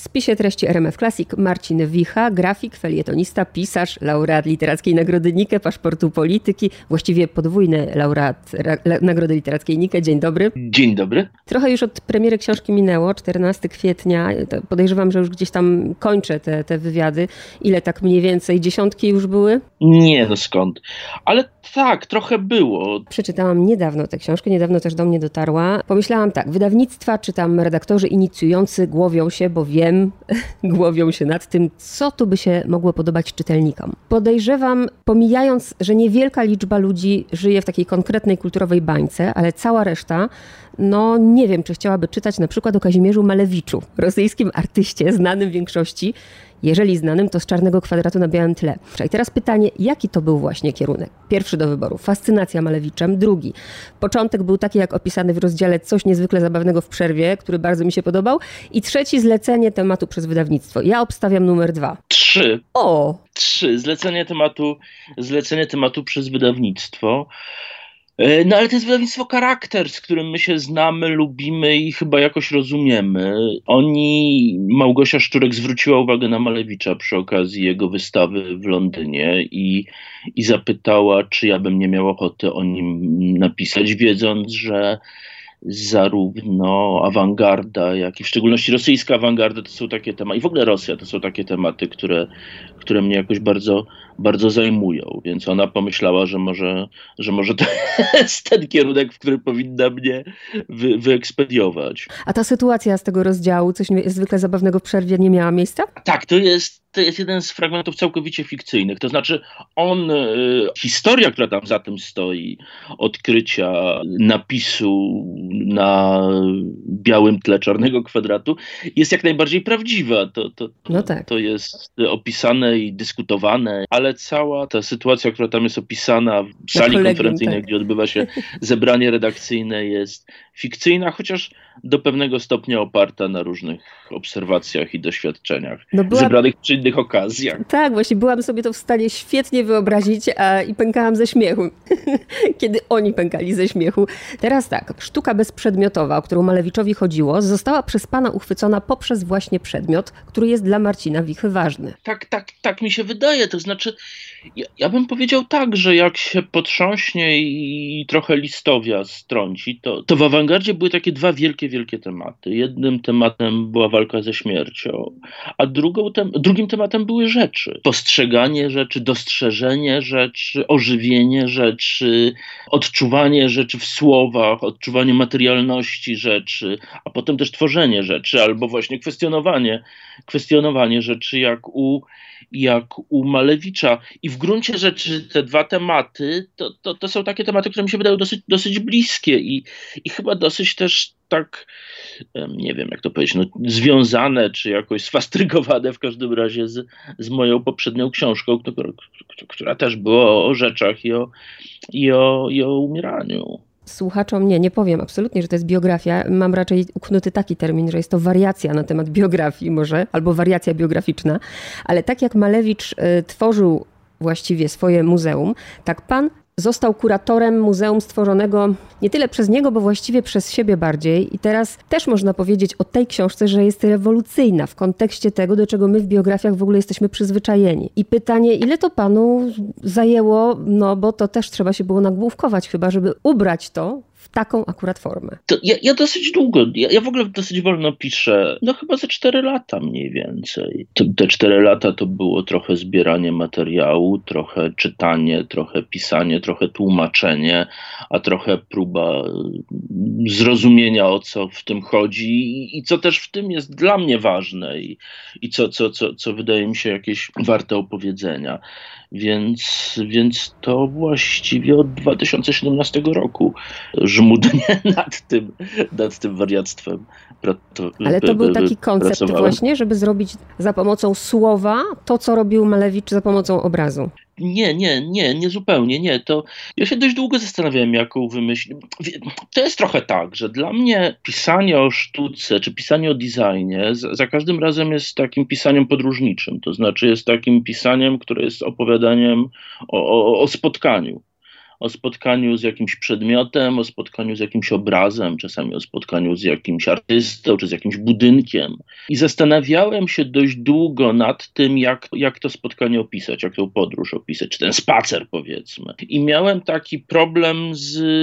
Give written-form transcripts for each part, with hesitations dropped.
spisie treści RMF Classic Marcin Wicha, grafik, felietonista, pisarz, laureat Literackiej Nagrody Nike, Paszportu Polityki, właściwie podwójny laureat Nagrody Literackiej Nike. Dzień dobry. Dzień dobry. Trochę już od premiery książki minęło, 14 kwietnia. Podejrzewam, że już gdzieś tam kończę te wywiady. Ile tak mniej więcej? 10 już były? Nie, no skąd? Ale tak, trochę było. Przeczytałam niedawno tę książkę, niedawno też do mnie dotarła. Pomyślałam tak, wydawnictwa czy tam redaktorzy inicjujący głowią się, bo wiem, głowią się nad tym, co tu by się mogło podobać czytelnikom. Podejrzewam, pomijając, że niewielka liczba ludzi żyje w takiej konkretnej kulturowej bańce, ale cała reszta, no nie wiem, czy chciałaby czytać na przykład o Kazimierzu Malewiczu, rosyjskim artyście znanym większości, jeżeli znanym, to z czarnego kwadratu na białym tle. I teraz pytanie, jaki to był właśnie kierunek? Pierwszy do wyboru, fascynacja Malewiczem. Drugi, początek był taki, jak opisany w rozdziale Coś niezwykle zabawnego w przerwie, który bardzo mi się podobał. I trzeci, zlecenie tematu przez wydawnictwo. Ja obstawiam numer 2. 3. O! 3. Zlecenie tematu przez wydawnictwo. No ale to jest wydawnictwo Charakter, z którym my się znamy, lubimy i chyba jakoś rozumiemy. Małgosia Szczurek zwróciła uwagę na Malewicza przy okazji jego wystawy w Londynie i zapytała, czy ja bym nie miał ochoty o nim napisać, wiedząc, że zarówno awangarda, jak i w szczególności rosyjska awangarda to są takie tematy, i w ogóle Rosja to są takie tematy, które mnie jakoś bardzo, bardzo zajmują. Więc ona pomyślała, że może to jest ten kierunek, w który powinna mnie wyekspediować. A ta sytuacja z tego rozdziału, Coś niezwykle zabawnego w przerwie, nie miała miejsca? Tak, to jest jeden z fragmentów całkowicie fikcyjnych. To znaczy historia, która tam za tym stoi, odkrycia napisu na białym tle czarnego kwadratu, jest jak najbardziej prawdziwa. No tak. To jest opisane i dyskutowane, ale cała ta sytuacja, która tam jest opisana w sali konferencyjnej, tak, gdzie odbywa się zebranie redakcyjne, jest fikcyjna, chociaż do pewnego stopnia oparta na różnych obserwacjach i doświadczeniach zebranych przy innych okazjach. Tak, właśnie byłam sobie to w stanie świetnie wyobrazić i pękałam ze śmiechu, kiedy oni pękali ze śmiechu. Teraz tak, sztuka bezprzedmiotowa, o którą Malewiczowi chodziło, została przez pana uchwycona poprzez właśnie przedmiot, który jest dla Marcina Wichy ważny. Tak mi się wydaje, to znaczy ja bym powiedział tak, że jak się potrząśnie i trochę listowia strąci, to w awangardzie były takie dwa wielkie tematy. Jednym tematem była walka ze śmiercią, a drugim tematem były rzeczy. Postrzeganie rzeczy, dostrzeżenie rzeczy, ożywienie rzeczy, odczuwanie rzeczy w słowach, odczuwanie materialności rzeczy, a potem też tworzenie rzeczy, albo właśnie kwestionowanie rzeczy jak u Malewicza. I w gruncie rzeczy te dwa tematy to są takie tematy, które mi się wydają dosyć bliskie i chyba dosyć też tak, nie wiem jak to powiedzieć, związane czy jakoś sfastrygowane w każdym razie z moją poprzednią książką, która też była o rzeczach i o umieraniu. Słuchaczom nie powiem absolutnie, że to jest biografia. Mam raczej uknuty taki termin, że jest to wariacja na temat biografii może, albo wariacja biograficzna. Ale tak jak Malewicz tworzył właściwie swoje muzeum, tak pan został kuratorem muzeum stworzonego nie tyle przez niego, bo właściwie przez siebie bardziej. I teraz też można powiedzieć o tej książce, że jest rewolucyjna w kontekście tego, do czego my w biografiach w ogóle jesteśmy przyzwyczajeni. I pytanie, ile to panu zajęło, bo to też trzeba się było nagłówkować chyba, żeby ubrać to w taką akurat formę. Ja dosyć długo, ja w ogóle dosyć wolno piszę, chyba ze 4 lata mniej więcej. Te 4 lata to było trochę zbieranie materiału, trochę czytanie, trochę pisanie, trochę tłumaczenie, a trochę próba zrozumienia, o co w tym chodzi i co też w tym jest dla mnie ważne i co wydaje mi się jakieś warte opowiedzenia. Więc to właściwie od 2017 roku żmudnie nad tym wariactwem. Ale to był taki koncept właśnie, żeby zrobić za pomocą słowa to, co robił Malewicz za pomocą obrazu. Nie, zupełnie nie. To ja się dość długo zastanawiałem, jaką wymyślić. To jest trochę tak, że dla mnie pisanie o sztuce, czy pisanie o designie za każdym razem jest takim pisaniem podróżniczym. To znaczy jest takim pisaniem, które jest opowiadaniem o spotkaniu. o spotkaniu z jakimś przedmiotem, o spotkaniu z jakimś obrazem, czasami o spotkaniu z jakimś artystą czy z jakimś budynkiem. I zastanawiałem się dość długo nad tym, jak to spotkanie opisać, jak tę podróż opisać, czy ten spacer, powiedzmy. I miałem taki problem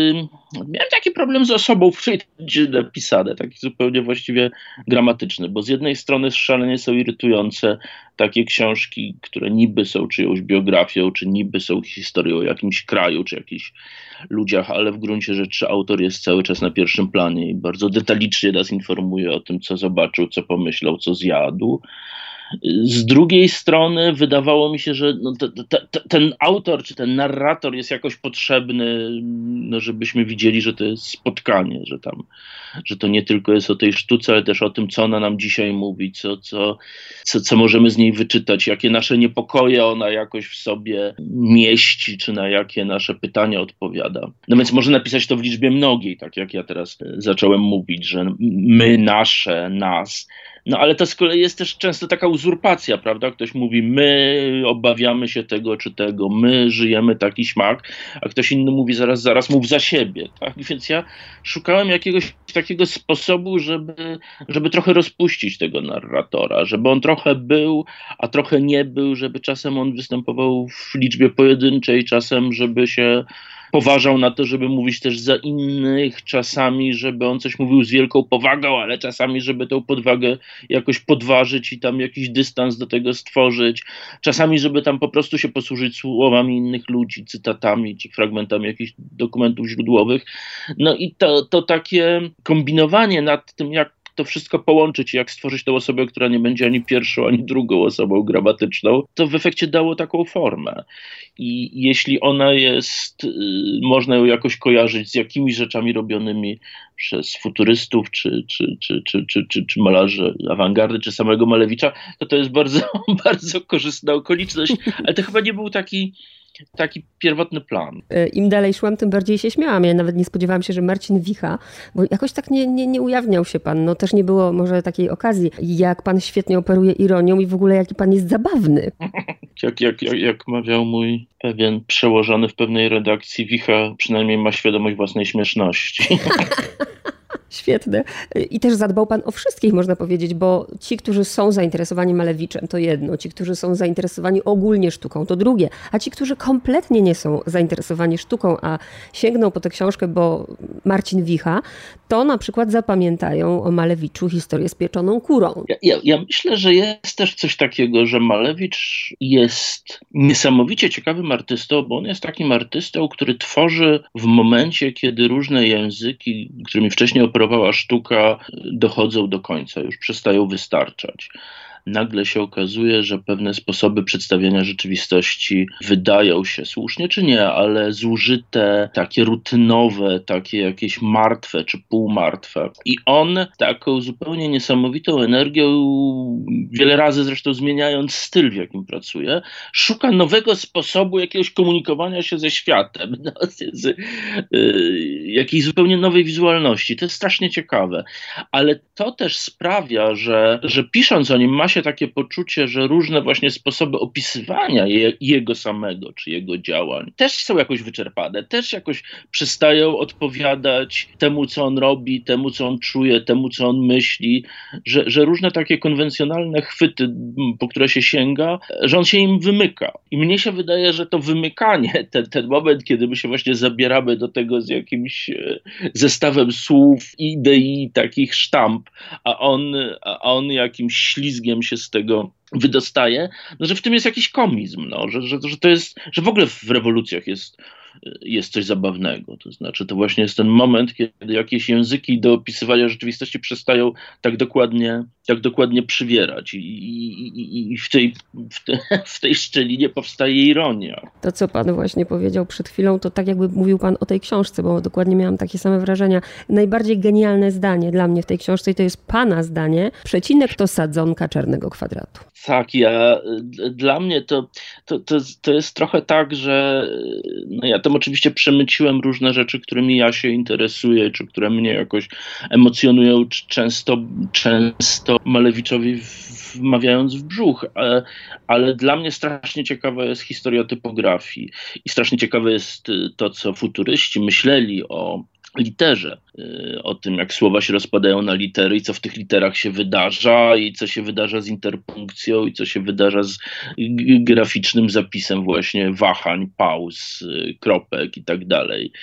z osobą, w której to będzie napisane, taki zupełnie właściwie gramatyczny, bo z jednej strony szalenie są irytujące takie książki, które niby są czyjąś biografią, czy niby są historią o jakimś kraju, czy jakichś ludziach, ale w gruncie rzeczy autor jest cały czas na pierwszym planie i bardzo detalicznie nas informuje o tym, co zobaczył, co pomyślał, co zjadł. Z drugiej strony wydawało mi się, że ten autor czy ten narrator jest jakoś potrzebny, żebyśmy widzieli, że to jest spotkanie, że to nie tylko jest o tej sztuce, ale też o tym, co ona nam dzisiaj mówi, co możemy z niej wyczytać, jakie nasze niepokoje ona jakoś w sobie mieści, czy na jakie nasze pytania odpowiada. No więc może napisać to w liczbie mnogiej, tak jak ja teraz zacząłem mówić, że my, nasze, nas. No ale to z kolei jest też często taka uzurpacja, prawda? Ktoś mówi, my obawiamy się tego czy tego, my żyjemy taki śmak, a ktoś inny mówi, zaraz mów za siebie, tak? Więc ja szukałem jakiegoś takiego sposobu, żeby trochę rozpuścić tego narratora, żeby on trochę był, a trochę nie był, żeby czasem on występował w liczbie pojedynczej, czasem żeby się poważał na to, żeby mówić też za innych, czasami, żeby on coś mówił z wielką powagą, ale czasami, żeby tę podwagę jakoś podważyć i tam jakiś dystans do tego stworzyć. Czasami, żeby tam po prostu się posłużyć słowami innych ludzi, cytatami czy fragmentami jakichś dokumentów źródłowych. No i to takie kombinowanie nad tym, jak to wszystko połączyć i jak stworzyć tę osobę, która nie będzie ani pierwszą, ani drugą osobą gramatyczną, to w efekcie dało taką formę. I jeśli ona jest, można ją jakoś kojarzyć z jakimiś rzeczami robionymi przez futurystów, czy malarzy awangardy, czy samego Malewicza, to jest bardzo, bardzo korzystna okoliczność, ale to chyba nie był taki pierwotny plan. Im dalej szłam, tym bardziej się śmiałam. Ja nawet nie spodziewałam się, że Marcin Wicha, bo jakoś tak nie ujawniał się pan. No też nie było może takiej okazji, jak pan świetnie operuje ironią i w ogóle jaki pan jest zabawny. Jak mawiał mój pewien przełożony w pewnej redakcji, Wicha przynajmniej ma świadomość własnej śmieszności. Świetne. I też zadbał pan o wszystkich, można powiedzieć, bo ci, którzy są zainteresowani Malewiczem, to jedno, ci, którzy są zainteresowani ogólnie sztuką, to drugie, a ci, którzy kompletnie nie są zainteresowani sztuką, a sięgną po tę książkę, bo Marcin Wicha, to na przykład zapamiętają o Malewiczu historię z pieczoną kurą. Ja myślę, że jest też coś takiego, że Malewicz jest niesamowicie ciekawym artystą, bo on jest takim artystą, który tworzy w momencie, kiedy różne języki, którymi wcześniej operowała sztuka, dochodzą do końca, już przestają wystarczać. Nagle się okazuje, że pewne sposoby przedstawiania rzeczywistości wydają się, słusznie czy nie, ale zużyte, takie rutynowe, takie jakieś martwe czy półmartwe. I on taką zupełnie niesamowitą energią, wiele razy zresztą zmieniając styl, w jakim pracuje, szuka nowego sposobu jakiegoś komunikowania się ze światem, jakiejś zupełnie nowej wizualności. To jest strasznie ciekawe. Ale to też sprawia, że pisząc o nim ma się takie poczucie, że różne właśnie sposoby opisywania jego samego czy jego działań też są jakoś wyczerpane, też jakoś przestają odpowiadać temu, co on robi, temu, co on czuje, temu, co on myśli, że różne takie konwencjonalne chwyty, po które się sięga, że on się im wymyka. I mnie się wydaje, że to wymykanie, ten moment, kiedy my się właśnie zabieramy do tego z jakimś zestawem słów, idei, takich sztamp, a on jakimś ślizgiem się z tego wydostaje, no, że w tym jest jakiś komizm, no, że to jest, że w ogóle w rewolucjach jest coś zabawnego. To znaczy, to właśnie jest ten moment, kiedy jakieś języki do opisywania rzeczywistości przestają tak dokładnie przywierać i w tej szczelinie powstaje ironia. To, co pan właśnie powiedział przed chwilą, to tak jakby mówił pan o tej książce, bo dokładnie miałam takie same wrażenia. Najbardziej genialne zdanie dla mnie w tej książce, i to jest pana zdanie, przecinek to sadzonka czarnego kwadratu. Tak, dla mnie to jest trochę tak, że no ja tam oczywiście przemyciłem różne rzeczy, którymi ja się interesuję, czy które mnie jakoś emocjonują, czy często to Malewiczowi wmawiając w brzuch, ale dla mnie strasznie ciekawa jest historia typografii i strasznie ciekawe jest to, co futuryści myśleli o literze, o tym, jak słowa się rozpadają na litery i co w tych literach się wydarza i co się wydarza z interpunkcją i co się wydarza z graficznym zapisem właśnie wahań, pauz, kropek i tak dalej.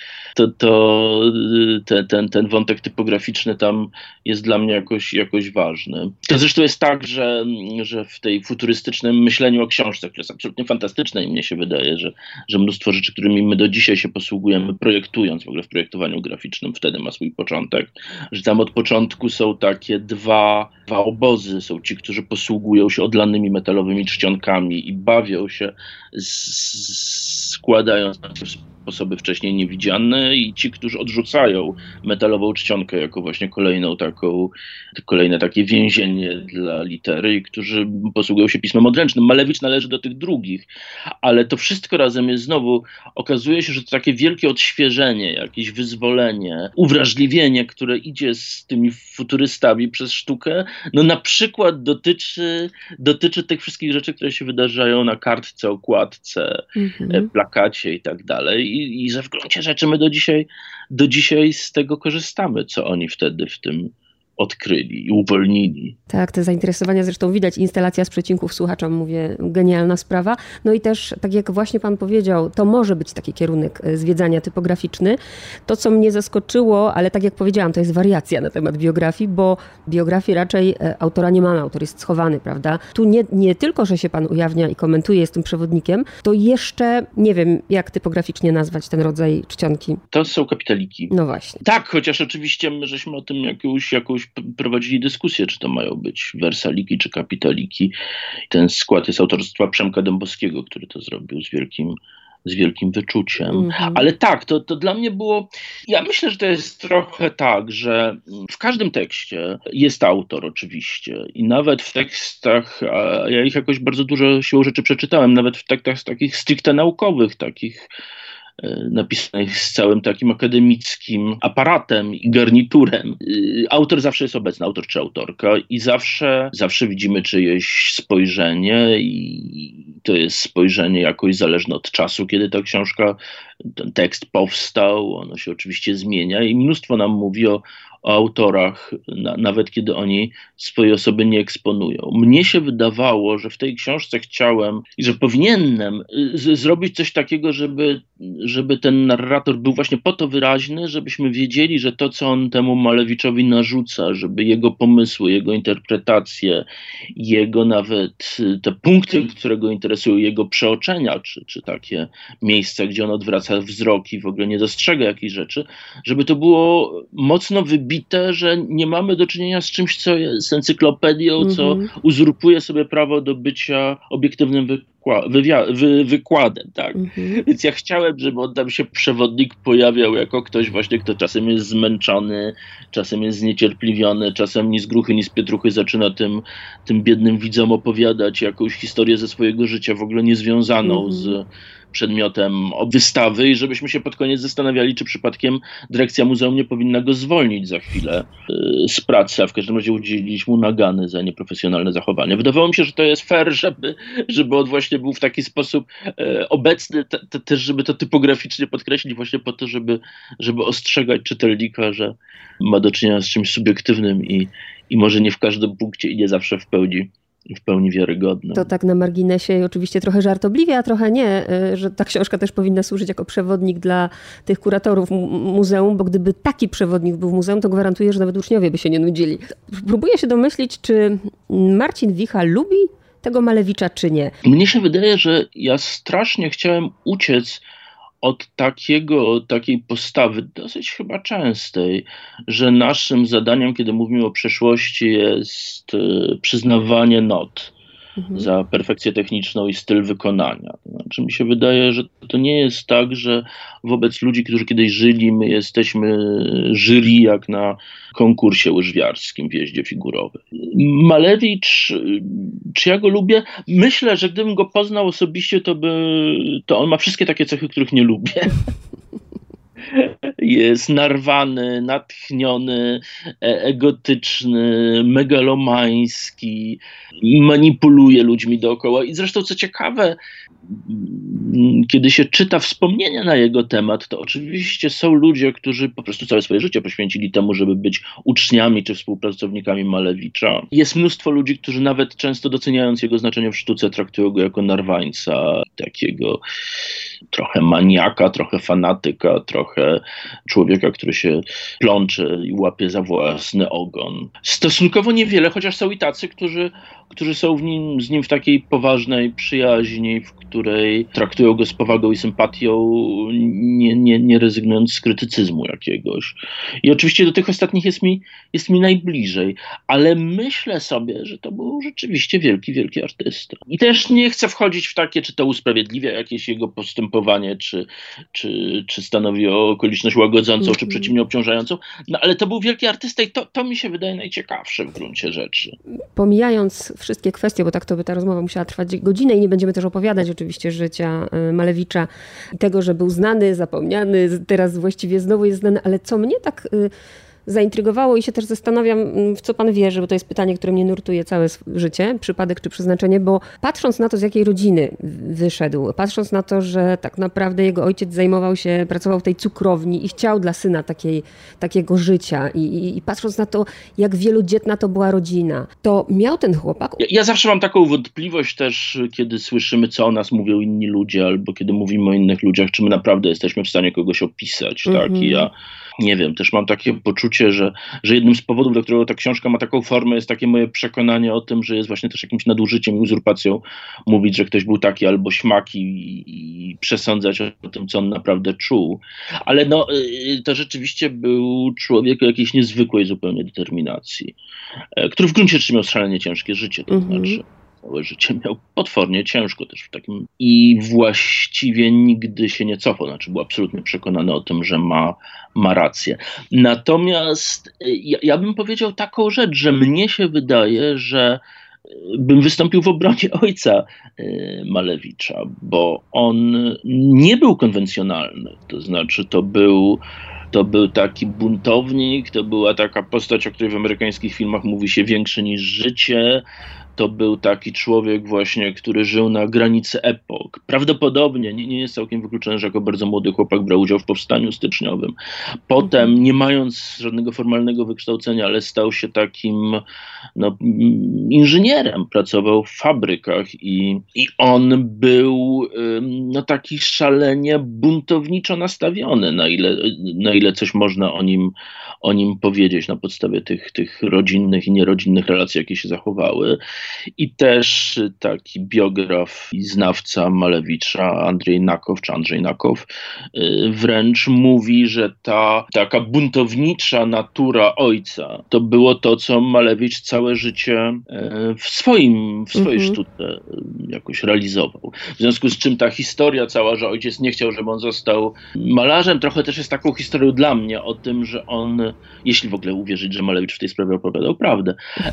Ten wątek typograficzny tam jest dla mnie jakoś ważny. To zresztą jest tak, że w tej futurystycznym myśleniu o książce, które jest absolutnie fantastyczne i mnie się wydaje, że mnóstwo rzeczy, którymi my do dzisiaj się posługujemy, projektując w ogóle w projektowaniu graficznym, wtedy ma swój początek, że tam od początku są takie dwa obozy. Są ci, którzy posługują się odlanymi metalowymi czcionkami i bawią się składając na sposoby wcześniej niewidziane i ci, którzy odrzucają metalową czcionkę jako właśnie kolejne takie więzienie dla litery i którzy posługują się pismem odręcznym. Malewicz należy do tych drugich, ale to wszystko razem jest znowu, okazuje się, że to takie wielkie odświeżenie, jakieś wyzwolenie, uwrażliwienie, które idzie z tymi futurystami przez sztukę, no na przykład dotyczy tych wszystkich rzeczy, które się wydarzają na kartce, okładce, plakacie i tak dalej. I że w gruncie rzeczy my do dzisiaj z tego korzystamy, co oni wtedy w tym odkryli i uwolnili. Tak, te zainteresowania zresztą widać. Instalacja z przecinków słuchaczom, mówię, genialna sprawa. No i też, tak jak właśnie pan powiedział, to może być taki kierunek zwiedzania typograficzny. To, co mnie zaskoczyło, ale tak jak powiedziałam, to jest wariacja na temat biografii, bo biografii raczej autora nie mamy, autor jest schowany, prawda? Tu nie tylko, że się pan ujawnia i komentuje, jest tym przewodnikiem, to jeszcze nie wiem, jak typograficznie nazwać ten rodzaj czcionki. To są kapitaliki. No właśnie. Tak, chociaż oczywiście my żeśmy o tym jakąś prowadzili dyskusję, czy to mają być wersaliki, czy kapitaliki. Ten skład jest autorstwa Przemka Dębowskiego, który to zrobił z wielkim wyczuciem. Ale tak, to dla mnie było... Ja myślę, że to jest trochę tak, że w każdym tekście jest autor oczywiście i nawet w tekstach, a ja ich jakoś bardzo dużo siłą rzeczy przeczytałem, nawet w tekstach takich stricte naukowych, takich napisanych z całym takim akademickim aparatem i garniturem. Autor zawsze jest obecny, autor czy autorka i zawsze widzimy czyjeś spojrzenie i to jest spojrzenie jakoś zależne od czasu, kiedy ta książka, ten tekst powstał, ono się oczywiście zmienia i mnóstwo nam mówi o autorach, nawet kiedy oni swojej osoby nie eksponują. Mnie się wydawało, że w tej książce chciałem i że powinienem zrobić coś takiego, żeby ten narrator był właśnie po to wyraźny, żebyśmy wiedzieli, że to, co on temu Malewiczowi narzuca, żeby jego pomysły, jego interpretacje, jego nawet te punkty, które go interesują, jego przeoczenia, czy takie miejsca, gdzie on odwraca wzrok i w ogóle nie dostrzega jakichś rzeczy, żeby to było mocno wybite, że nie mamy do czynienia z czymś, co jest encyklopedią, co uzurpuje sobie prawo do bycia obiektywnym wykładem, tak? Więc ja chciałem, żeby on tam się przewodnik pojawiał jako ktoś właśnie, kto czasem jest zmęczony, czasem jest zniecierpliwiony, czasem ni z gruchy, ni z pietruchy zaczyna tym biednym widzom opowiadać jakąś historię ze swojego życia, w ogóle niezwiązaną z przedmiotem wystawy i żebyśmy się pod koniec zastanawiali, czy przypadkiem dyrekcja muzeum nie powinna go zwolnić za chwilę z pracy, a w każdym razie udzieliliśmy mu nagany za nieprofesjonalne zachowanie. Wydawało mi się, że to jest fair, żeby on właśnie był w taki sposób obecny, też żeby to typograficznie podkreślić, właśnie po to, żeby ostrzegać czytelnika, że ma do czynienia z czymś subiektywnym i może nie w każdym punkcie i nie zawsze w pełni wiarygodnym. To tak na marginesie i oczywiście trochę żartobliwie, a trochę nie, że ta książka też powinna służyć jako przewodnik dla tych kuratorów muzeum, bo gdyby taki przewodnik był w muzeum, to gwarantuję, że nawet uczniowie by się nie nudzili. Próbuję się domyślić, czy Marcin Wicha lubi tego Malewicza, czy nie. Mnie się wydaje, że ja strasznie chciałem uciec od takiej postawy, dosyć chyba częstej, że naszym zadaniem, kiedy mówimy o przeszłości, jest przyznawanie not za perfekcję techniczną i styl wykonania. To znaczy, mi się wydaje, że to nie jest tak, że wobec ludzi, którzy kiedyś żyli, my jesteśmy jury jak na konkursie łyżwiarskim w jeździe figurowej. Malewicz, czy ja go lubię? Myślę, że gdybym go poznał osobiście, to on ma wszystkie takie cechy, których nie lubię. Jest narwany, natchniony, egotyczny, megalomański, manipuluje ludźmi dookoła. I zresztą co ciekawe, kiedy się czyta wspomnienia na jego temat, to oczywiście są ludzie, którzy po prostu całe swoje życie poświęcili temu, żeby być uczniami czy współpracownikami Malewicza. Jest mnóstwo ludzi, którzy nawet często doceniając jego znaczenie w sztuce, traktują go jako narwańca, takiego trochę maniaka, trochę fanatyka, trochę człowieka, który się plącze i łapie za własny ogon. Stosunkowo niewiele, chociaż są i tacy, którzy są z nim w takiej poważnej przyjaźni, w której traktują go z powagą i sympatią, nie rezygnując z krytycyzmu jakiegoś. I oczywiście do tych ostatnich jest mi najbliżej, ale myślę sobie, że to był rzeczywiście wielki, wielki artysta. I też nie chcę wchodzić w takie, czy to usprawiedliwia jakieś jego postępowanie, czy stanowi okoliczność łagodzącą, czy przeciwnie obciążającą, no ale to był wielki artysta i to mi się wydaje najciekawsze w gruncie rzeczy. Pomijając wszystkie kwestie, bo tak to by ta rozmowa musiała trwać godzinę i nie będziemy też opowiadać oczywiście życia Malewicza i tego, że był znany, zapomniany, teraz właściwie znowu jest znany, ale co mnie tak zaintrygowało i się też zastanawiam, w co pan wierzy, bo to jest pytanie, które mnie nurtuje całe życie, przypadek czy przeznaczenie, bo patrząc na to, z jakiej rodziny wyszedł, patrząc na to, że tak naprawdę jego ojciec pracował w tej cukrowni i chciał dla syna takiego życia i patrząc na to, jak wielodzietna to była rodzina, to miał ten chłopak... Ja zawsze mam taką wątpliwość też, kiedy słyszymy, co o nas mówią inni ludzie, albo kiedy mówimy o innych ludziach, czy my naprawdę jesteśmy w stanie kogoś opisać, tak? I ja nie wiem, też mam takie poczucie, że jednym z powodów, dla którego ta książka ma taką formę, jest takie moje przekonanie o tym, że jest właśnie też jakimś nadużyciem i uzurpacją mówić, że ktoś był taki albo śmaki i przesądzać o tym, co on naprawdę czuł. Ale no, to rzeczywiście był człowiek o jakiejś niezwykłej zupełnie determinacji, który w gruncie rzeczy miał szalenie ciężkie życie, to znaczy całe życie miał potwornie ciężko też w takim i właściwie nigdy się nie cofał, znaczy był absolutnie przekonany o tym, że ma rację. Natomiast ja bym powiedział taką rzecz, że mnie się wydaje, że bym wystąpił w obronie ojca Malewicza, bo on nie był konwencjonalny, to znaczy to był taki buntownik, to była taka postać, o której w amerykańskich filmach mówi się większy niż życie. To był taki człowiek właśnie, który żył na granicy epok. Prawdopodobnie, nie jest całkiem wykluczone, że jako bardzo młody chłopak brał udział w powstaniu styczniowym. Potem, nie mając żadnego formalnego wykształcenia, ale stał się takim inżynierem, pracował w fabrykach i on był taki szalenie buntowniczo nastawiony, na ile coś można o nim powiedzieć na podstawie tych rodzinnych i nierodzinnych relacji, jakie się zachowały. I też taki biograf i znawca Malewicza, Andrzej Nakow, wręcz mówi, że ta taka buntownicza natura ojca to było to, co Malewicz całe życie w swojej sztuce jakoś realizował. W związku z czym ta historia cała, że ojciec nie chciał, żeby on został malarzem, trochę też jest taką historią dla mnie o tym, że on, jeśli w ogóle uwierzyć, że Malewicz w tej sprawie opowiadał prawdę,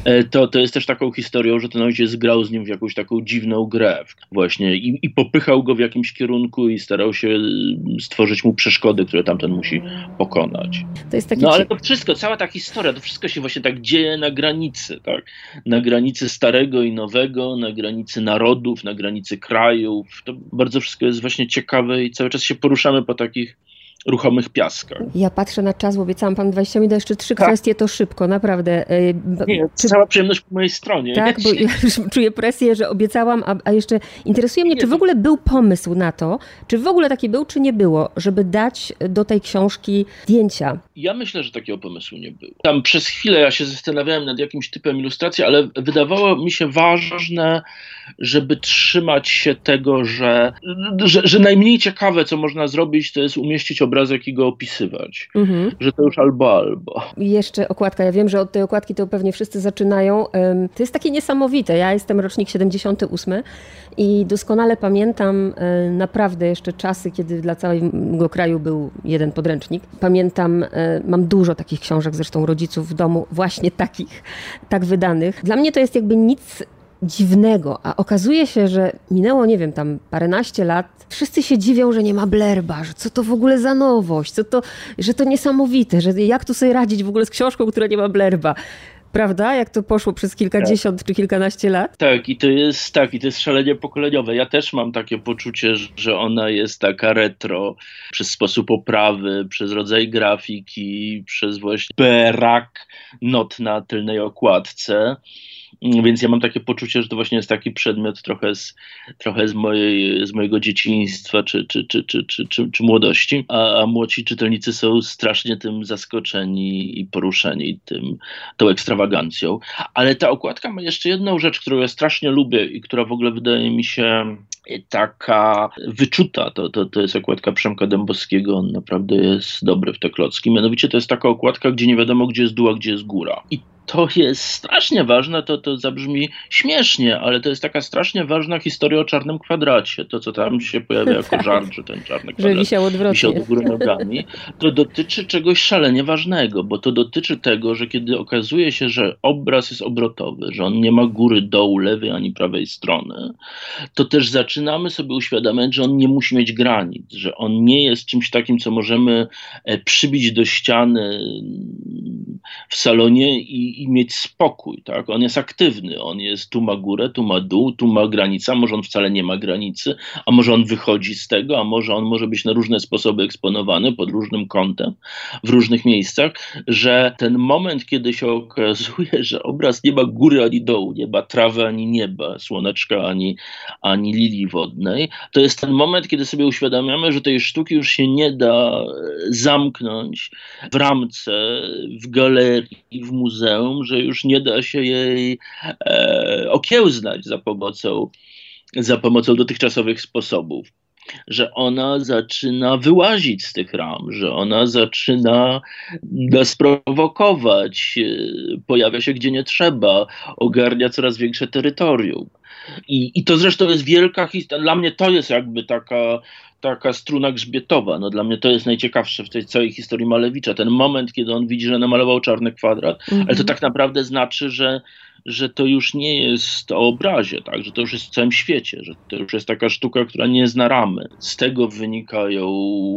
to jest też taką historią, że ten ojciec grał z nim w jakąś taką dziwną grę właśnie i popychał go w jakimś kierunku i starał się stworzyć mu przeszkody, które tamten musi pokonać. To jest taki ale to wszystko, cała ta historia, to wszystko się właśnie tak dzieje na granicy, tak? Na granicy starego i nowego, na granicy narodów, na granicy krajów. To bardzo wszystko jest właśnie ciekawe i cały czas się poruszamy po takich ruchomych piaskach. Ja patrzę na czas, bo obiecałam panu 20 minut, a jeszcze 3 kwestie, to szybko, naprawdę. Nie, cała przyjemność po mojej stronie. Tak, bo ja już czuję presję, że obiecałam, a jeszcze interesuje mnie, czy w ogóle był pomysł na to, czy w ogóle taki był, czy nie było, żeby dać do tej książki zdjęcia? Ja myślę, że takiego pomysłu nie było. Tam przez chwilę ja się zastanawiałem nad jakimś typem ilustracji, ale wydawało mi się ważne, żeby trzymać się tego, że najmniej ciekawe, co można zrobić, to jest umieścić obrazek i go opisywać. Że to już albo. Jeszcze okładka. Ja wiem, że od tej okładki to pewnie wszyscy zaczynają. To jest takie niesamowite. Ja jestem rocznik 78 i doskonale pamiętam naprawdę jeszcze czasy, kiedy dla całego kraju był jeden podręcznik. Pamiętam, mam dużo takich książek, zresztą rodziców w domu, właśnie takich, tak wydanych. Dla mnie to jest jakby nic dziwnego, a okazuje się, że minęło, nie wiem, tam paręnaście lat, wszyscy się dziwią, że nie ma Blerba, że co to w ogóle za nowość, że to niesamowite, że jak tu sobie radzić w ogóle z książką, która nie ma Blerba. Prawda? Jak to poszło przez kilkadziesiąt czy kilkanaście lat? I to jest szalenie pokoleniowe. Ja też mam takie poczucie, że ona jest taka retro przez sposób oprawy, przez rodzaj grafiki, przez właśnie brak not na tylnej okładce. Więc ja mam takie poczucie, że to właśnie jest taki przedmiot trochę z mojego dzieciństwa czy młodości, a młodsi czytelnicy są strasznie tym zaskoczeni i poruszeni tą ekstrawagancją. Ale ta okładka ma jeszcze jedną rzecz, którą ja strasznie lubię i która w ogóle wydaje mi się taka wyczuta. To jest okładka Przemka Dębowskiego, on naprawdę jest dobry w te klocki. Mianowicie to jest taka okładka, gdzie nie wiadomo, gdzie jest dół, a gdzie jest góra. I to jest strasznie ważne, to zabrzmi śmiesznie, ale to jest taka strasznie ważna historia o czarnym kwadracie. To, co tam się pojawia jako żart, że ten czarny kwadrat że wisiał odwrotnie. Wisiał do góry nogami. To dotyczy czegoś szalenie ważnego, bo to dotyczy tego, że kiedy okazuje się, że obraz jest obrotowy, że on nie ma góry, dołu, lewej ani prawej strony, to też zaczynamy sobie uświadamiać, że on nie musi mieć granic, że on nie jest czymś takim, co możemy przybić do ściany w salonie i mieć spokój, tak? On jest aktywny, tu ma górę, tu ma dół, tu ma granica, może on wcale nie ma granicy, a może on wychodzi z tego, a może on może być na różne sposoby eksponowany pod różnym kątem, w różnych miejscach, że ten moment, kiedy się okazuje, że obraz nie ma góry ani dołu, nie ma trawy ani nieba, słoneczka ani lilii wodnej, to jest ten moment, kiedy sobie uświadamiamy, że tej sztuki już się nie da zamknąć w ramce, w galerii, w muzeum, że już nie da się jej okiełznać za pomocą dotychczasowych sposobów. Że ona zaczyna wyłazić z tych ram, że ona zaczyna nas prowokować, pojawia się gdzie nie trzeba, ogarnia coraz większe terytorium. I to zresztą jest wielka historia. Dla mnie to jest jakby taka struna grzbietowa. No, dla mnie to jest najciekawsze w tej całej historii Malewicza. Ten moment, kiedy on widzi, że namalował czarny kwadrat, ale to tak naprawdę znaczy, że to już nie jest o obrazie, tak? Że to już jest w całym świecie, że to już jest taka sztuka, która nie zna ramy. Z tego wynikają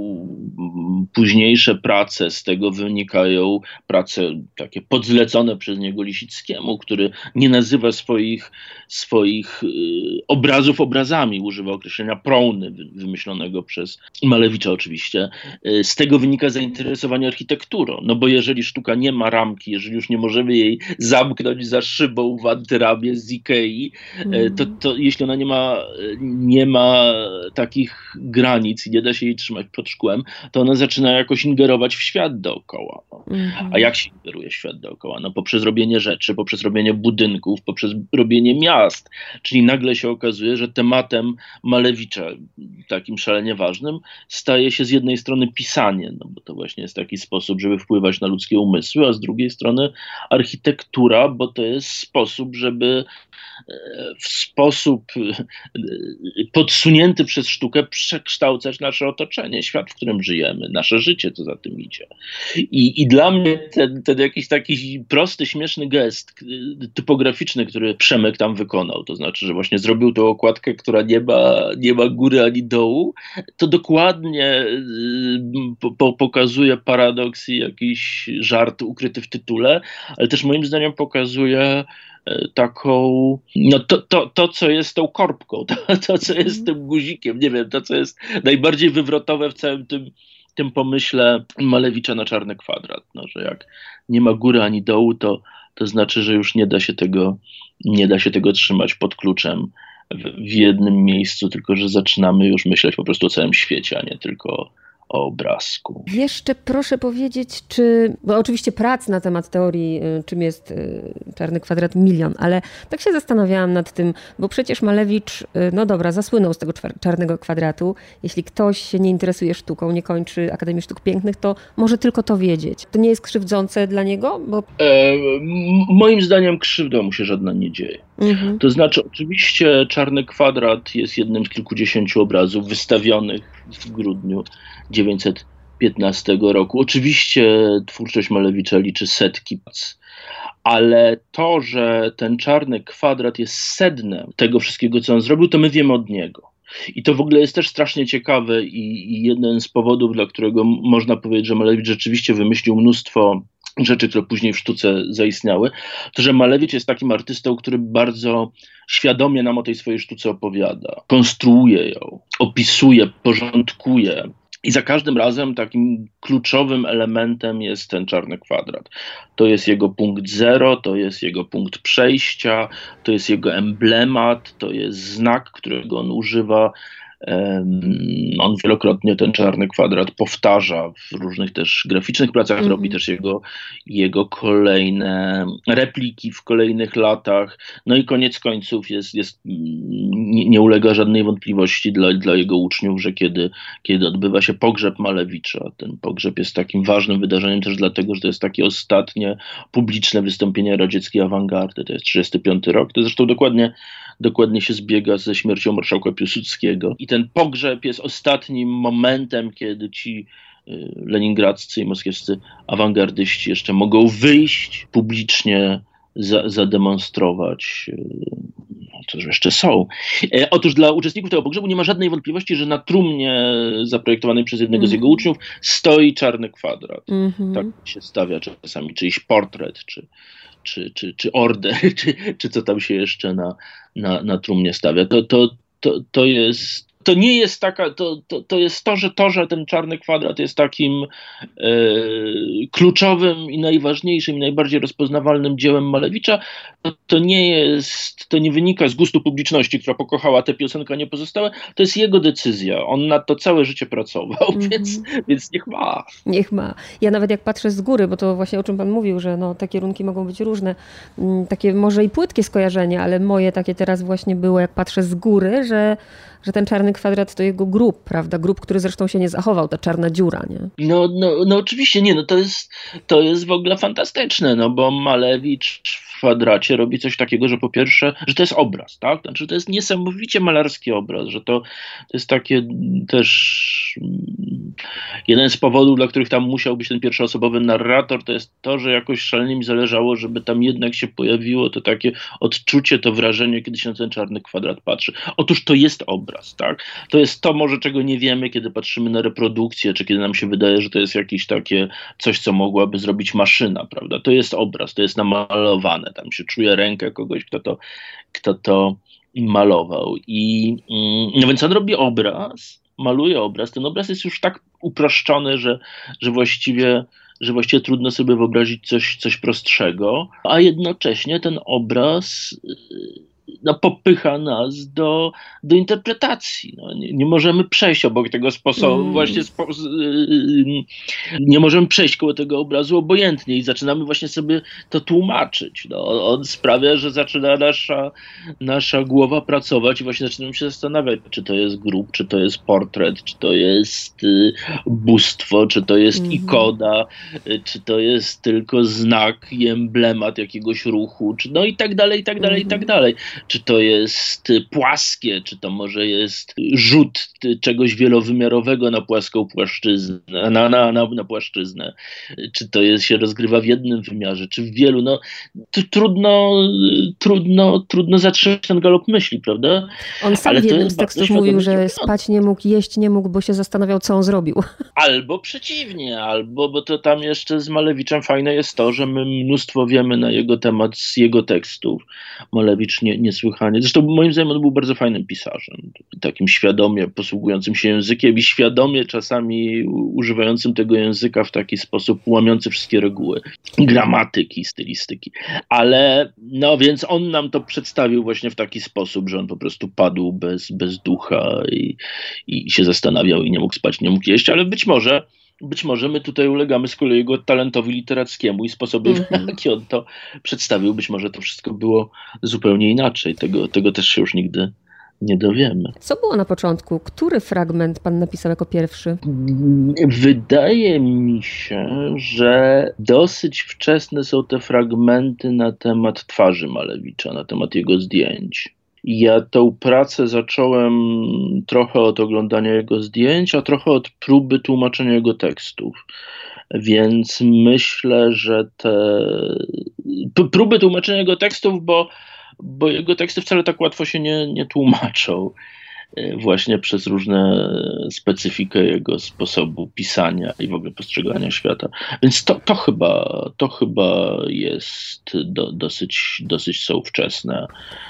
późniejsze prace, z tego wynikają prace takie podzlecone przez niego Lisickiemu, który nie nazywa swoich obrazów obrazami, używa określenia prąny wymyślonego przez Malewicza oczywiście. Z tego wynika zainteresowanie architekturą, no bo jeżeli sztuka nie ma ramki, jeżeli już nie możemy jej zamknąć za szybą w antyramie z Ikei, to jeśli ona nie ma takich granic i nie da się jej trzymać pod szkłem, to ona zaczyna jakoś ingerować w świat dookoła. No. A jak się ingeruje w świat dookoła? No poprzez robienie rzeczy, poprzez robienie budynków, poprzez robienie miast. Czyli nagle się okazuje, że tematem Malewicza, takim szalenie ważnym, staje się z jednej strony pisanie, no bo to właśnie jest taki sposób, żeby wpływać na ludzkie umysły, a z drugiej strony architektura, bo to jest sposób, żeby w sposób podsunięty przez sztukę przekształcać nasze otoczenie, świat, w którym żyjemy, nasze życie, co za tym idzie. I dla mnie ten jakiś taki prosty, śmieszny gest typograficzny, który Przemek tam wykonał, to znaczy, że właśnie zrobił tą okładkę, która nie ma góry ani dołu, to dokładnie pokazuje paradoks i jakiś żart ukryty w tytule, ale też moim zdaniem pokazuje taką, no to co jest tą korbką, to co jest tym guzikiem, nie wiem, to co jest najbardziej wywrotowe w całym tym pomyśle Malewicza na czarny kwadrat, no, że jak nie ma góry ani dołu, to znaczy, że już nie da się tego trzymać pod kluczem w jednym miejscu, tylko że zaczynamy już myśleć po prostu o całym świecie, a nie tylko o obrazku. Jeszcze proszę powiedzieć, bo oczywiście prac na temat teorii, czym jest czarny kwadrat, milion, ale tak się zastanawiałam nad tym, bo przecież Malewicz, no dobra, zasłynął z tego czarnego kwadratu. Jeśli ktoś się nie interesuje sztuką, nie kończy Akademii Sztuk Pięknych, to może tylko to wiedzieć. To nie jest krzywdzące dla niego? Moim zdaniem krzywda mu się żadna nie dzieje. To znaczy, oczywiście czarny kwadrat jest jednym z kilkudziesięciu obrazów wystawionych w grudniu 1915 roku. Oczywiście twórczość Malewicza liczy setki prac, ale to, że ten czarny kwadrat jest sednem tego wszystkiego, co on zrobił, to my wiemy od niego. I to w ogóle jest też strasznie ciekawe i jeden z powodów, dla którego można powiedzieć, że Malewicz rzeczywiście wymyślił mnóstwo rzeczy, które później w sztuce zaistniały, to że Malewicz jest takim artystą, który bardzo świadomie nam o tej swojej sztuce opowiada, konstruuje ją, opisuje, porządkuje. I za każdym razem takim kluczowym elementem jest ten czarny kwadrat. To jest jego punkt zero, to jest jego punkt przejścia, to jest jego emblemat, to jest znak, którego on używa. On wielokrotnie ten czarny kwadrat powtarza w różnych też graficznych pracach, robi też jego kolejne repliki w kolejnych latach. No i koniec końców nie ulega żadnej wątpliwości dla jego uczniów, że kiedy odbywa się pogrzeb Malewicza, ten pogrzeb jest takim ważnym wydarzeniem też dlatego, że to jest takie ostatnie publiczne wystąpienie radzieckiej awangardy. To jest 1935 rok, to zresztą dokładnie się zbiega ze śmiercią marszałka Piłsudskiego. I ten pogrzeb jest ostatnim momentem, kiedy ci leningradzcy i moskiewscy awangardyści jeszcze mogą wyjść publicznie, zademonstrować, co jeszcze są. Otóż dla uczestników tego pogrzebu nie ma żadnej wątpliwości, że na trumnie zaprojektowanej przez jednego z jego uczniów stoi czarny kwadrat. Tak się stawia czasami czyjś portret, czy order, czy co tam się jeszcze na trumnie stawia. To nie jest taka, to jest że ten czarny kwadrat jest takim kluczowym i najważniejszym, i najbardziej rozpoznawalnym dziełem Malewicza. To nie wynika z gustu publiczności, która pokochała tę piosenkę, a nie pozostałe. To jest jego decyzja. On nad to całe życie pracował, więc niech ma. Niech ma. Ja nawet jak patrzę z góry, bo to właśnie o czym pan mówił, że te kierunki mogą być różne, takie może i płytkie skojarzenia, ale moje takie teraz właśnie było, jak patrzę z góry, że ten czarny kwadrat to jego grób, prawda? Grób, który zresztą się nie zachował, ta czarna dziura, nie? No oczywiście nie, to jest w ogóle fantastyczne, bo Malewicz w kwadracie robi coś takiego, że po pierwsze, że to jest obraz, tak? Znaczy to jest niesamowicie malarski obraz, że to jest takie też jeden z powodów, dla których tam musiał być ten pierwszoosobowy narrator, to jest to, że jakoś szalenie mi zależało, żeby tam jednak się pojawiło to takie odczucie, to wrażenie, kiedy się na ten czarny kwadrat patrzy. Otóż to jest obraz, tak? To jest to może, czego nie wiemy, kiedy patrzymy na reprodukcję, czy kiedy nam się wydaje, że to jest jakieś takie coś, co mogłaby zrobić maszyna, prawda? To jest obraz, to jest namalowane, tam się czuje rękę kogoś, kto to malował. No więc on robi obraz, maluje obraz. Ten obraz jest już tak uproszczony, że właściwie trudno sobie wyobrazić coś prostszego, a jednocześnie ten obraz popycha nas do interpretacji. Nie możemy przejść obok tego sposobu, nie możemy przejść koło tego obrazu obojętnie i zaczynamy właśnie sobie to tłumaczyć. On sprawia, że zaczyna nasza głowa pracować i właśnie zaczynamy się zastanawiać, czy to jest grób, czy to jest portret, czy to jest bóstwo, czy to jest ikona, czy to jest tylko znak i emblemat jakiegoś ruchu, i tak dalej, i tak dalej, i tak dalej. Czy to jest płaskie, czy to może jest rzut czegoś wielowymiarowego na płaską płaszczyznę, na płaszczyznę, czy to się rozgrywa w jednym wymiarze, czy w wielu. To trudno zatrzymać ten galop myśli, prawda? On sam w jednym z tekstów mówił, że spać nie mógł, jeść nie mógł, bo się zastanawiał, co on zrobił. Albo przeciwnie, bo to tam jeszcze z Malewiczem fajne jest to, że my mnóstwo wiemy na jego temat z jego tekstów. Malewicz niesłychanie. Zresztą moim zdaniem on był bardzo fajnym pisarzem. Takim świadomie posługującym się językiem i świadomie czasami używającym tego języka w taki sposób łamiący wszystkie reguły gramatyki, stylistyki. Ale więc on nam to przedstawił właśnie w taki sposób, że on po prostu padł bez ducha i się zastanawiał i nie mógł spać, nie mógł jeść, ale być może my tutaj ulegamy z kolei jego talentowi literackiemu i sposobowi, w jaki on to przedstawił. Być może to wszystko było zupełnie inaczej. Tego też się już nigdy nie dowiemy. Co było na początku? Który fragment pan napisał jako pierwszy? Wydaje mi się, że dosyć wczesne są te fragmenty na temat twarzy Malewicza, na temat jego zdjęć. Ja tą pracę zacząłem trochę od oglądania jego zdjęć, a trochę od próby tłumaczenia jego tekstów. Więc myślę, że te próby tłumaczenia jego tekstów, bo jego teksty wcale tak łatwo się nie tłumaczą, właśnie przez różne specyfikę jego sposobu pisania i w ogóle postrzegania świata. Więc to chyba jest dosyć są wczesne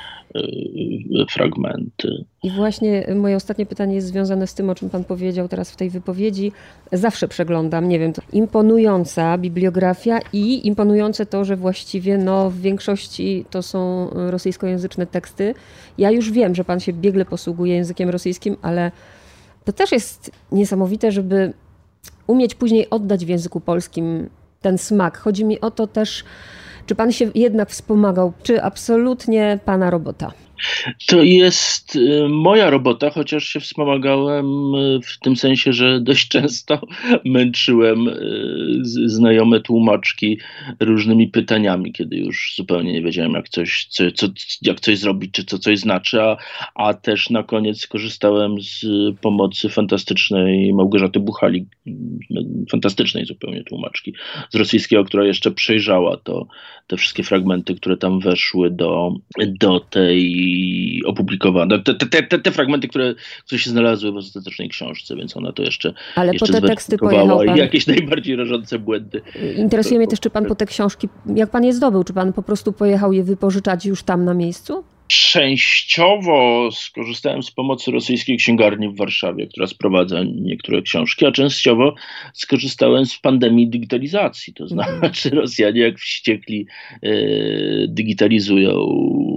fragmenty. I właśnie moje ostatnie pytanie jest związane z tym, o czym pan powiedział teraz w tej wypowiedzi. Zawsze przeglądam, nie wiem, to imponująca bibliografia i imponujące to, że właściwie w większości to są rosyjskojęzyczne teksty. Ja już wiem, że pan się biegle posługuje językiem rosyjskim, ale to też jest niesamowite, żeby umieć później oddać w języku polskim ten smak. Chodzi mi o to też, czy pan się jednak wspomagał, czy absolutnie pana robota? To jest moja robota, chociaż się wspomagałem w tym sensie, że dość często męczyłem znajome tłumaczki różnymi pytaniami, kiedy już zupełnie nie wiedziałem, jak coś zrobić, czy co coś znaczy, a też na koniec skorzystałem z pomocy fantastycznej Małgorzaty Buchalik, fantastycznej zupełnie tłumaczki z rosyjskiego, która jeszcze przejrzała te wszystkie fragmenty, które tam weszły do tej opublikowane. Te fragmenty, które się znalazły w ostatecznej książce, więc ona to jeszcze Ale po te teksty pojechał pan. I jakieś najbardziej rażące błędy. Interesuje mnie też, czy pan po te książki, jak pan je zdobył? Czy pan po prostu pojechał je wypożyczać już tam na miejscu? Częściowo skorzystałem z pomocy rosyjskiej księgarni w Warszawie, która sprowadza niektóre książki, a częściowo skorzystałem z pandemii digitalizacji. To znaczy Rosjanie jak wściekli digitalizują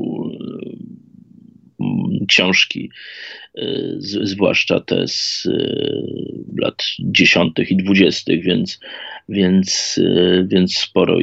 książki, zwłaszcza te z lat 10. i 20., więc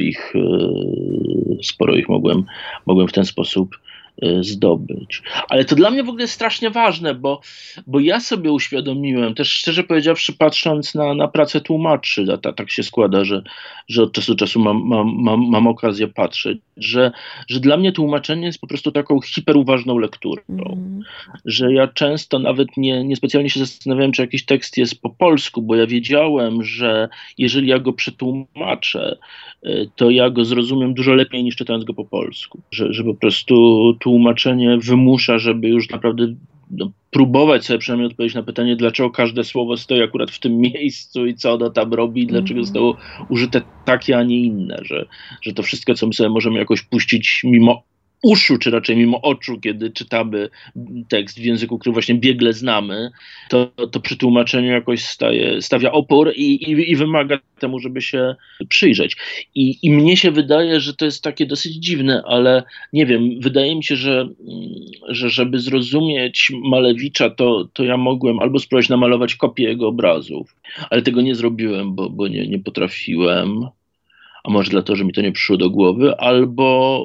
sporo ich mogłem w ten sposób zdobyć. Ale to dla mnie w ogóle jest strasznie ważne, bo ja sobie uświadomiłem, też szczerze powiedziawszy, patrząc na pracę tłumaczy, tak się składa, że od czasu do czasu mam okazję patrzeć, że dla mnie tłumaczenie jest po prostu taką hiperuważną lekturą. Że ja często nawet niespecjalnie się zastanawiałem, czy jakiś tekst jest po polsku, bo ja wiedziałem, że jeżeli ja go przetłumaczę, to ja go zrozumiem dużo lepiej niż czytając go po polsku. Że po prostu tłumaczenie wymusza, żeby już naprawdę próbować sobie przynajmniej odpowiedzieć na pytanie, dlaczego każde słowo stoi akurat w tym miejscu i co ono tam robi, dlaczego zostało użyte takie, a nie inne, że to wszystko, co my sobie możemy jakoś puścić mimo uszu, czy raczej mimo oczu, kiedy czytamy tekst w języku, który właśnie biegle znamy, to przy tłumaczeniu jakoś stawia opór i wymaga temu, żeby się przyjrzeć. I mnie się wydaje, że to jest takie dosyć dziwne, ale nie wiem, wydaje mi się, że żeby zrozumieć Malewicza, to ja mogłem albo spróbować namalować kopię jego obrazów, ale tego nie zrobiłem, bo nie potrafiłem. A może dlatego, że mi to nie przyszło do głowy, albo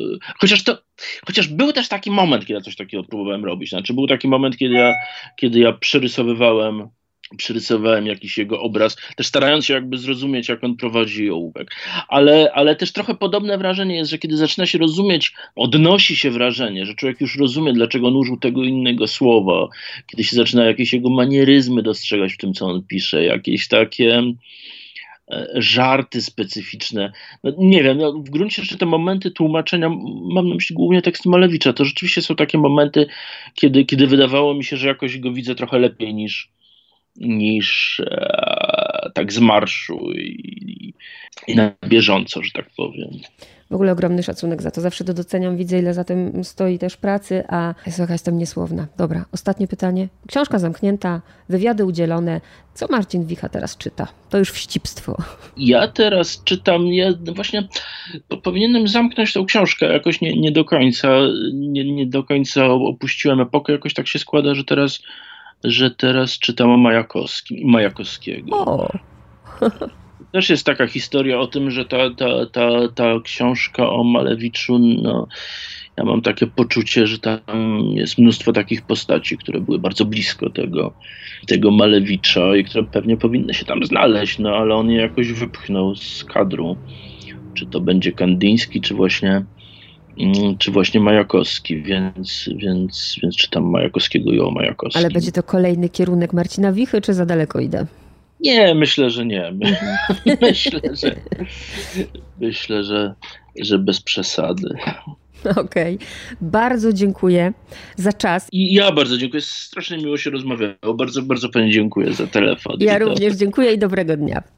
chociaż był też taki moment, kiedy ja coś takiego próbowałem robić. Znaczy był taki moment, kiedy ja przerysowałem jakiś jego obraz, też starając się jakby zrozumieć, jak on prowadzi ołówek. Ale też trochę podobne wrażenie jest, że kiedy zaczyna się rozumieć, odnosi się wrażenie, że człowiek już rozumie, dlaczego on użył tego innego słowa, kiedy się zaczyna jakieś jego manieryzmy dostrzegać w tym, co on pisze, jakieś takie żarty specyficzne. Nie wiem, w gruncie rzeczy te momenty tłumaczenia, mam na myśli głównie tekst Malewicza, to rzeczywiście są takie momenty, kiedy wydawało mi się, że jakoś go widzę trochę lepiej niż tak z marszu i na bieżąco, że tak powiem. W ogóle ogromny szacunek za to. Zawsze to doceniam, widzę, ile za tym stoi też pracy, a jestem niesłowna. Dobra, ostatnie pytanie. Książka zamknięta, wywiady udzielone. Co Marcin Wicha teraz czyta? To już wścibstwo. Ja teraz czytam, właśnie powinienem zamknąć tą książkę, jakoś nie do końca opuściłem epokę, jakoś tak się składa, że teraz czytam o Majakowskim i Majakowskiego. O. Też jest taka historia o tym, że ta książka o Malewiczu, ja mam takie poczucie, że tam jest mnóstwo takich postaci, które były bardzo blisko tego Malewicza i które pewnie powinny się tam znaleźć, ale on je jakoś wypchnął z kadru. Czy to będzie Kandyński, czy właśnie Majakowski, więc czytam Majakowskiego i o Majakowskim. Ale będzie to kolejny kierunek Marcina Wichy, czy za daleko idę? Nie, myślę, że nie. Myślę, że bez przesady. Okej. Bardzo dziękuję za czas. I ja bardzo dziękuję. Strasznie miło się rozmawiało. Bardzo, bardzo pani dziękuję za telefon. Ja również dziękuję i dobrego dnia.